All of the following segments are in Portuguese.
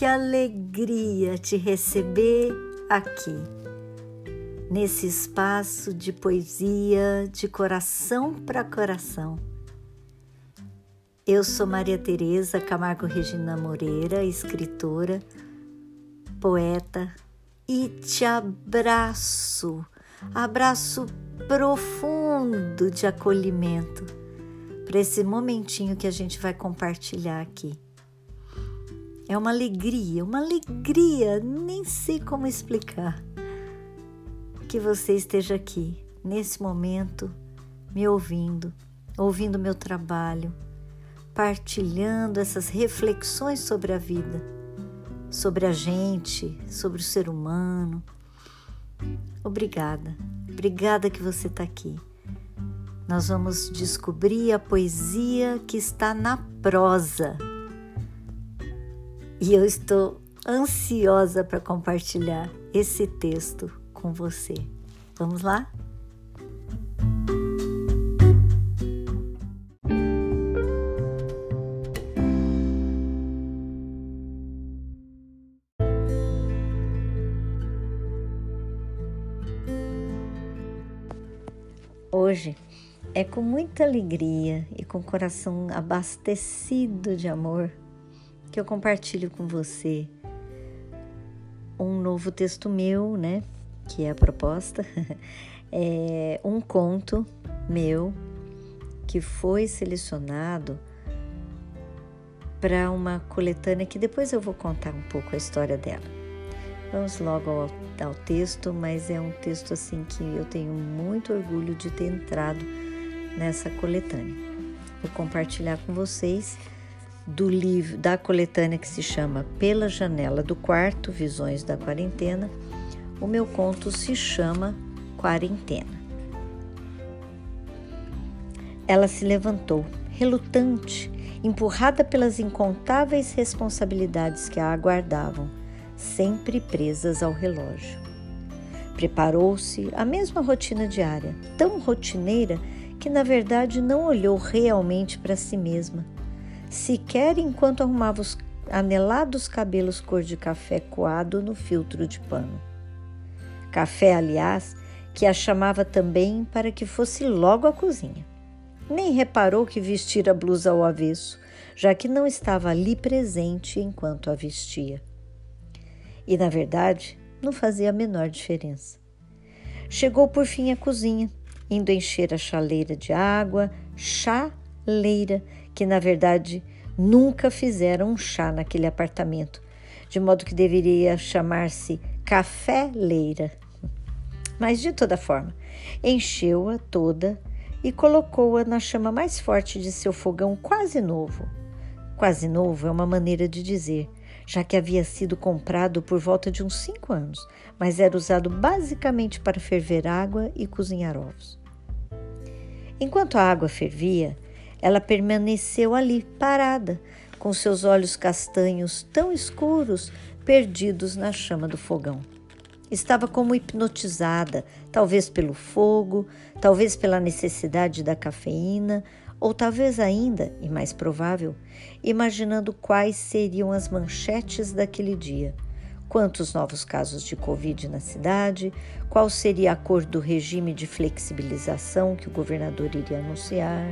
que alegria te receber aqui, nesse espaço de poesia de coração para coração. Eu sou Maria Tereza Camargo Regina Moreira, escritora, poeta, e te abraço profundo de acolhimento para esse momentinho que a gente vai compartilhar aqui. É uma alegria, nem sei como explicar, que você esteja aqui, nesse momento, me ouvindo meu trabalho, partilhando essas reflexões sobre a vida, sobre a gente, sobre o ser humano. Obrigada que você está aqui. Nós vamos descobrir a poesia que está na prosa. E eu estou ansiosa para compartilhar esse texto com você. Vamos lá? Hoje é com muita alegria e com o coração abastecido de amor que eu compartilho com você um novo texto meu, que é a proposta, é um conto meu que foi selecionado para uma coletânea que depois eu vou contar um pouco a história dela. Vamos logo ao texto, mas é um texto assim que eu tenho muito orgulho de ter entrado nessa coletânea. Vou compartilhar com vocês do livro da coletânea que se chama Pela Janela do Quarto, Visões da Quarentena. O meu conto se chama Quarentena. Ela se levantou, relutante, empurrada pelas incontáveis responsabilidades que a aguardavam, sempre presas ao relógio. Preparou-se a mesma rotina diária, tão rotineira que na verdade não olhou realmente para si mesma, sequer enquanto arrumava os anelados cabelos cor de café coado no filtro de pano. Café, aliás, que a chamava também para que fosse logo à cozinha. Nem reparou que vestira a blusa ao avesso, já que não estava ali presente enquanto a vestia. E, na verdade, não fazia a menor diferença. Chegou por fim à cozinha, indo encher a chaleira de água, chaleira, que na verdade nunca fizeram um chá naquele apartamento, de modo que deveria chamar-se café-leira. Mas de toda forma, encheu-a toda e colocou-a na chama mais forte de seu fogão quase novo. Quase novo é uma maneira de dizer, já que havia sido comprado por volta de uns 5 anos, mas era usado basicamente para ferver água e cozinhar ovos. Enquanto a água fervia, ela permaneceu ali, parada, com seus olhos castanhos tão escuros, perdidos na chama do fogão. Estava como hipnotizada, talvez pelo fogo, talvez pela necessidade da cafeína, ou talvez ainda, e mais provável, imaginando quais seriam as manchetes daquele dia. Quantos novos casos de Covid na cidade, qual seria a cor do regime de flexibilização que o governador iria anunciar.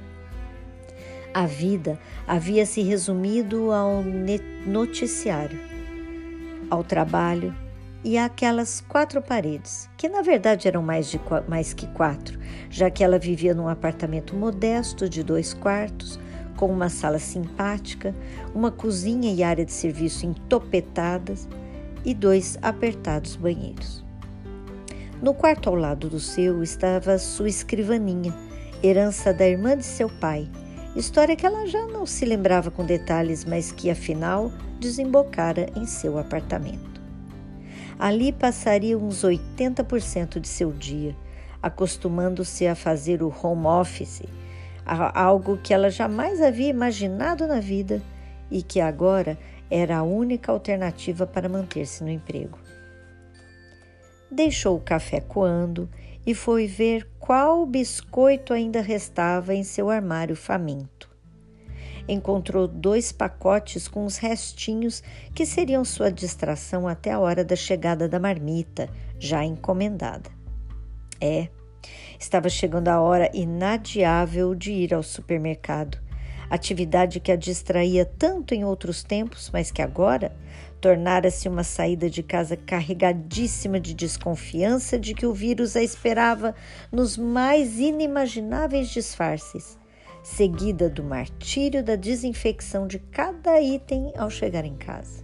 A vida havia se resumido ao noticiário, ao trabalho e àquelas 4 paredes, que na verdade eram mais que 4, já que ela vivia num apartamento modesto de 2 quartos, com uma sala simpática, uma cozinha e área de serviço entopetadas e 2 apertados banheiros. No quarto ao lado do seu estava sua escrivaninha, herança da irmã de seu pai, história que ela já não se lembrava com detalhes, mas que afinal desembocara em seu apartamento. Ali passaria uns 80% de seu dia, acostumando-se a fazer o home office, algo que ela jamais havia imaginado na vida e que agora era a única alternativa para manter-se no emprego. Deixou o café coando e foi ver qual biscoito ainda restava em seu armário faminto. encontrou 2 pacotes com os restinhos que seriam sua distração até a hora da chegada da marmita, já encomendada. Estava chegando a hora inadiável de ir ao supermercado, atividade que a distraía tanto em outros tempos, mas que agora tornara-se uma saída de casa carregadíssima de desconfiança de que o vírus a esperava nos mais inimagináveis disfarces, seguida do martírio da desinfecção de cada item ao chegar em casa.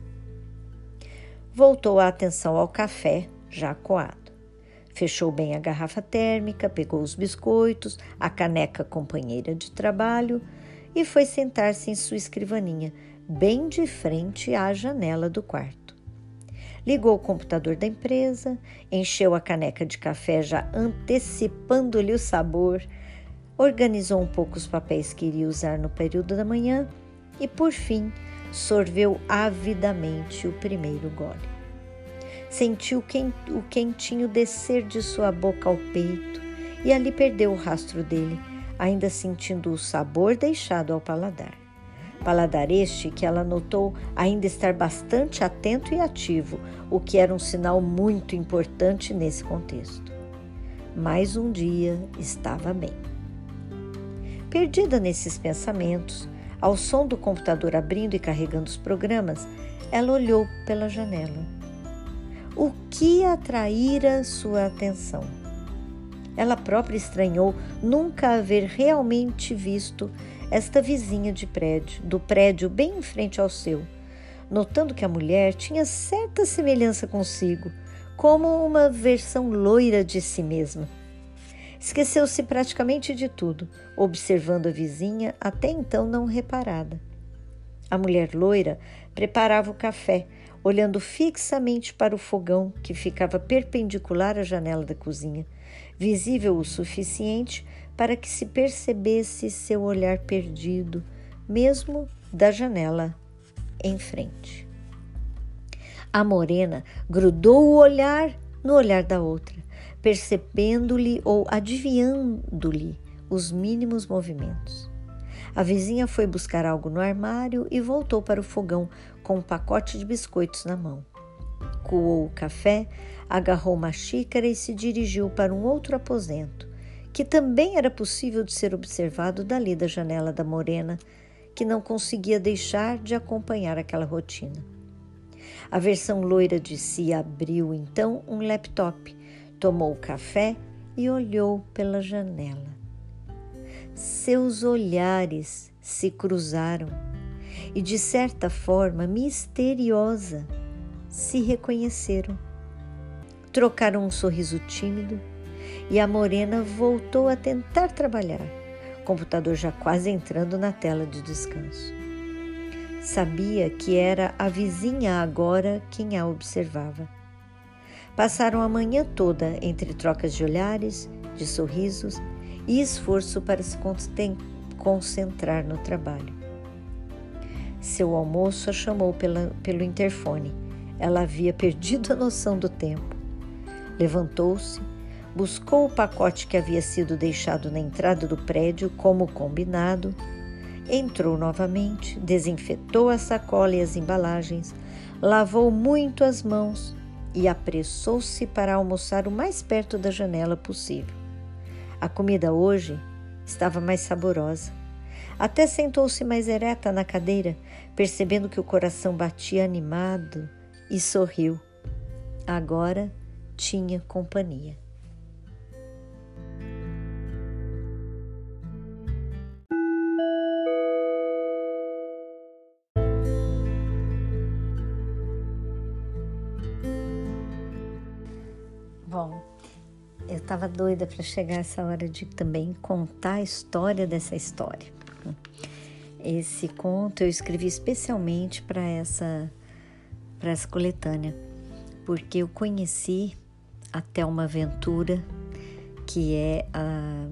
Voltou a atenção ao café, já coado. Fechou bem a garrafa térmica, pegou os biscoitos, a caneca companheira de trabalho e foi sentar-se em sua escrivaninha, bem de frente à janela do quarto. Ligou o computador da empresa, encheu a caneca de café já antecipando-lhe o sabor, organizou um pouco os papéis que iria usar no período da manhã e, por fim, sorveu avidamente o primeiro gole. Sentiu o quentinho descer de sua boca ao peito e ali perdeu o rastro dele, ainda sentindo o sabor deixado ao paladar. Paladar este que ela notou ainda estar bastante atento e ativo, o que era um sinal muito importante nesse contexto. Mais um dia estava bem. Perdida nesses pensamentos, ao som do computador abrindo e carregando os programas, ela olhou pela janela. O que atraíra sua atenção? Ela própria estranhou nunca haver realmente visto esta vizinha do prédio bem em frente ao seu, notando que a mulher tinha certa semelhança consigo, como uma versão loira de si mesma. Esqueceu-se praticamente de tudo, observando a vizinha até então não reparada. A mulher loira preparava o café, olhando fixamente para o fogão que ficava perpendicular à janela da cozinha, visível o suficiente para que se percebesse seu olhar perdido, mesmo da janela em frente. A morena grudou o olhar no olhar da outra, percebendo-lhe ou adivinhando-lhe os mínimos movimentos. A vizinha foi buscar algo no armário e voltou para o fogão com um pacote de biscoitos na mão. Coou o café, agarrou uma xícara e se dirigiu para um outro aposento, que também era possível de ser observado dali da janela da morena, que não conseguia deixar de acompanhar aquela rotina. A versão loira de si abriu então um laptop, tomou o café e olhou pela janela. Seus olhares se cruzaram e, de certa forma misteriosa, se reconheceram. Trocaram um sorriso tímido e a morena voltou a tentar trabalhar, o computador já quase entrando na tela de descanso. Sabia que era a vizinha agora quem a observava. Passaram a manhã toda entre trocas de olhares, de sorrisos e esforço para se concentrar no trabalho. Seu almoço a chamou pelo interfone. Ela havia perdido a noção do tempo. Levantou-se, buscou o pacote que havia sido deixado na entrada do prédio, como combinado, entrou novamente, desinfetou a sacola e as embalagens, lavou muito as mãos e apressou-se para almoçar o mais perto da janela possível. A comida hoje estava mais saborosa. Até sentou-se mais ereta na cadeira, percebendo que o coração batia animado, e sorriu. Agora tinha companhia. Bom, eu estava doida para chegar essa hora de também contar a história dessa história. Esse conto eu escrevi especialmente para essa coletânea, porque eu conheci a Thelma Ventura, que é a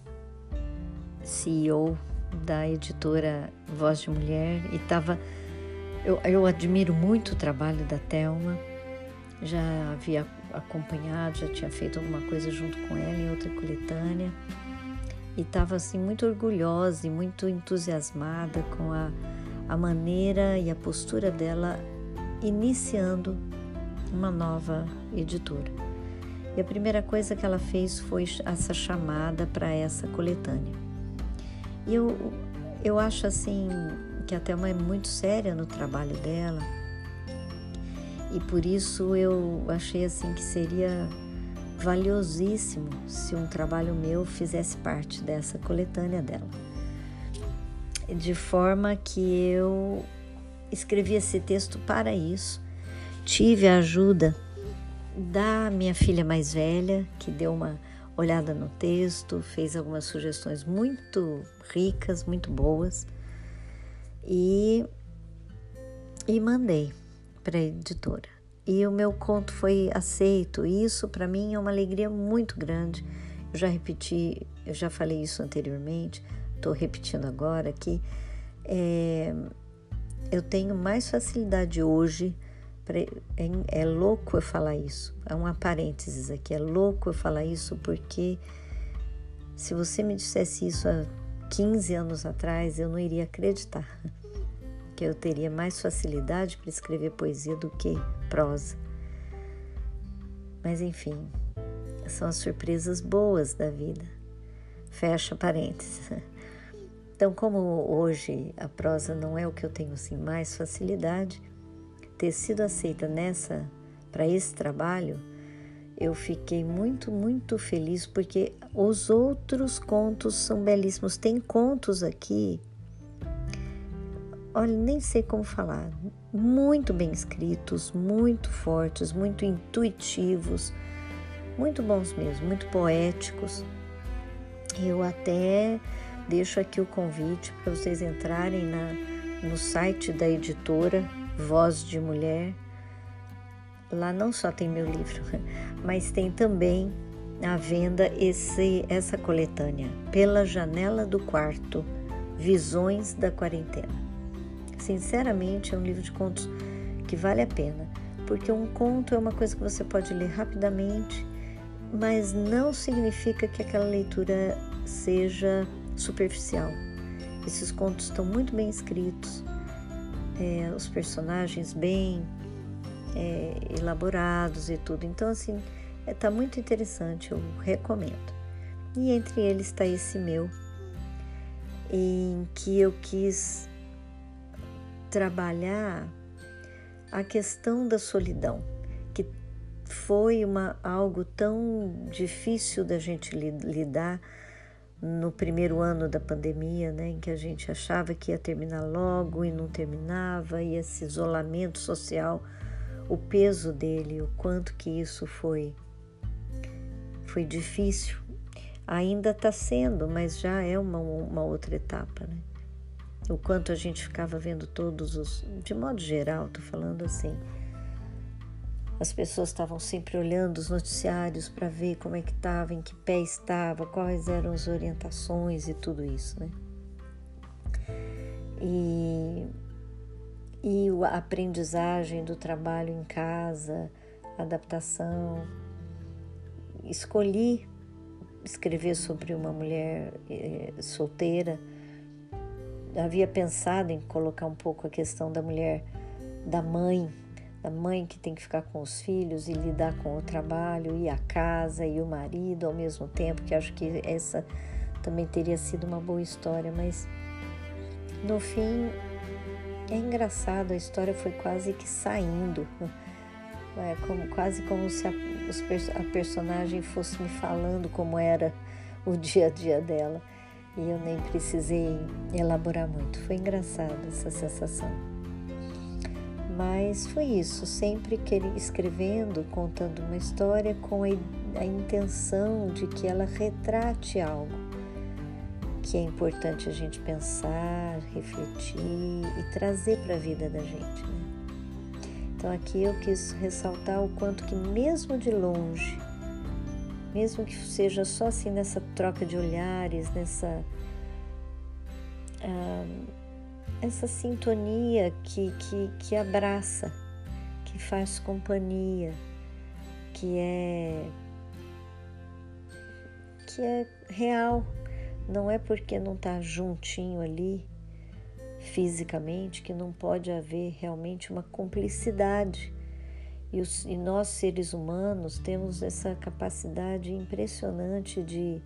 CEO da editora Voz de Mulher, e eu admiro muito o trabalho da Thelma, já havia acompanhado, já tinha feito alguma coisa junto com ela em outra coletânea, e estava assim muito orgulhosa e muito entusiasmada com a maneira e a postura dela iniciando uma nova editora. E a primeira coisa que ela fez foi essa chamada para essa coletânea. E eu acho assim que a Thelma é muito séria no trabalho dela, e por isso eu achei assim que seria valiosíssimo se um trabalho meu fizesse parte dessa coletânea dela. De forma que eu escrevi esse texto para isso. Tive a ajuda da minha filha mais velha, que deu uma olhada no texto, fez algumas sugestões muito ricas, muito boas, e mandei para a editora. E o meu conto foi aceito, e isso para mim é uma alegria muito grande. Eu já repeti, eu já falei isso anteriormente, estou repetindo agora que eu tenho mais facilidade hoje. É louco eu falar isso, é um parênteses aqui, é louco eu falar isso porque se você me dissesse isso há 15 anos atrás, eu não iria acreditar que eu teria mais facilidade para escrever poesia do que prosa. Mas enfim, são as surpresas boas da vida. Fecha parênteses. Então, como hoje a prosa não é o que eu tenho assim mais facilidade, ter sido aceita para esse trabalho, eu fiquei muito, muito feliz, porque os outros contos são belíssimos. Tem contos aqui, olha, nem sei como falar, muito bem escritos, muito fortes, muito intuitivos, muito bons mesmo, muito poéticos. Eu até deixo aqui o convite para vocês entrarem no site da editora Voz de Mulher. Lá não só tem meu livro, mas tem também à venda essa coletânea, Pela Janela do Quarto, Visões da Quarentena. Sinceramente, é um livro de contos que vale a pena, porque um conto é uma coisa que você pode ler rapidamente, mas não significa que aquela leitura seja superficial. Esses contos estão muito bem escritos, os personagens bem elaborados e tudo. Então, assim, está muito interessante, eu recomendo. E entre eles está esse meu, em que eu quis trabalhar a questão da solidão, que foi algo tão difícil da gente lidar no primeiro ano da pandemia, né, em que a gente achava que ia terminar logo e não terminava, e esse isolamento social, o peso dele, o quanto que isso foi difícil. Ainda está sendo, mas já é uma outra etapa, né? O quanto a gente ficava vendo de modo geral, estou falando assim, as pessoas estavam sempre olhando os noticiários para ver como é que estava, em que pé estava, quais eram as orientações e tudo isso, né? E a aprendizagem do trabalho em casa, adaptação. Escolhi escrever sobre uma mulher solteira. Havia pensado em colocar um pouco a questão da mulher, da mãe que tem que ficar com os filhos e lidar com o trabalho e a casa e o marido ao mesmo tempo, que acho que essa também teria sido uma boa história, mas no fim é engraçado, a história foi quase que saindo, quase como se a personagem fosse me falando como era o dia a dia dela, e eu nem precisei elaborar muito. Foi engraçado essa sensação. Mas foi isso, sempre escrevendo, contando uma história com a intenção de que ela retrate algo que é importante a gente pensar, refletir e trazer para a vida da gente, né? Então aqui eu quis ressaltar o quanto que mesmo de longe, mesmo que seja só assim nessa troca de olhares, essa sintonia que abraça, que faz companhia, que é real, Não é porque não está juntinho ali fisicamente que não pode haver realmente uma cumplicidade. E nós, seres humanos, temos essa capacidade impressionante de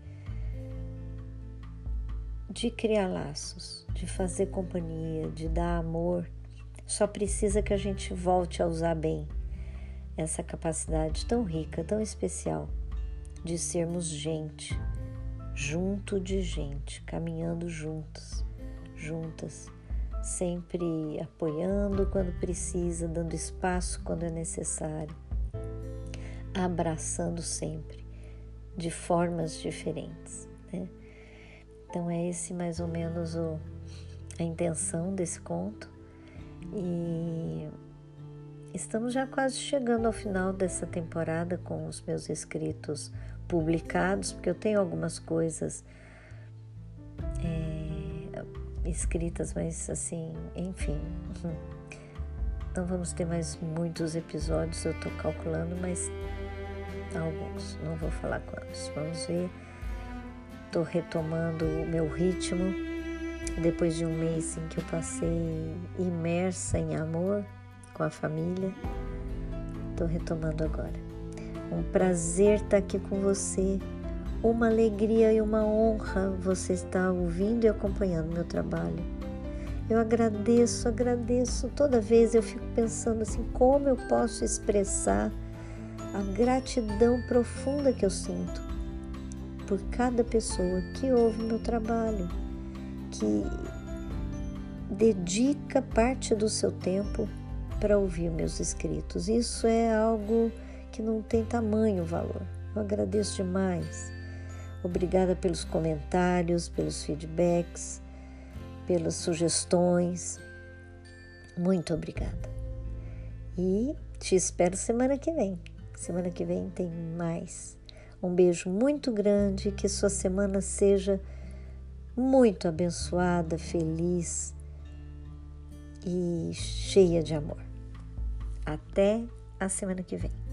criar laços, de fazer companhia, de dar amor. Só precisa que a gente volte a usar bem essa capacidade tão rica, tão especial de sermos gente, junto de gente, caminhando juntos, juntas, sempre apoiando quando precisa, dando espaço quando é necessário, abraçando sempre, de formas diferentes, né? Então é esse mais ou menos a intenção desse conto. E estamos já quase chegando ao final dessa temporada com os meus escritos publicados, porque eu tenho algumas coisas escritas, mas assim, enfim, não vamos ter mais muitos episódios, eu estou calculando, mas alguns, não vou falar quantos, vamos ver. Estou retomando o meu ritmo depois de um mês em que eu passei imersa em amor com a família. Estou retomando agora. Um prazer estar aqui com você, uma alegria e uma honra você estar ouvindo e acompanhando meu trabalho. Eu agradeço toda vez eu fico pensando assim, como eu posso expressar a gratidão profunda que eu sinto por cada pessoa que ouve meu trabalho, que dedica parte do seu tempo para ouvir meus escritos. Isso é algo que não tem tamanho valor. Eu agradeço demais. Obrigada pelos comentários, pelos feedbacks, pelas sugestões. Muito obrigada. E te espero semana que vem. Semana que vem tem mais. Um beijo muito grande, que sua semana seja muito abençoada, feliz e cheia de amor. Até a semana que vem.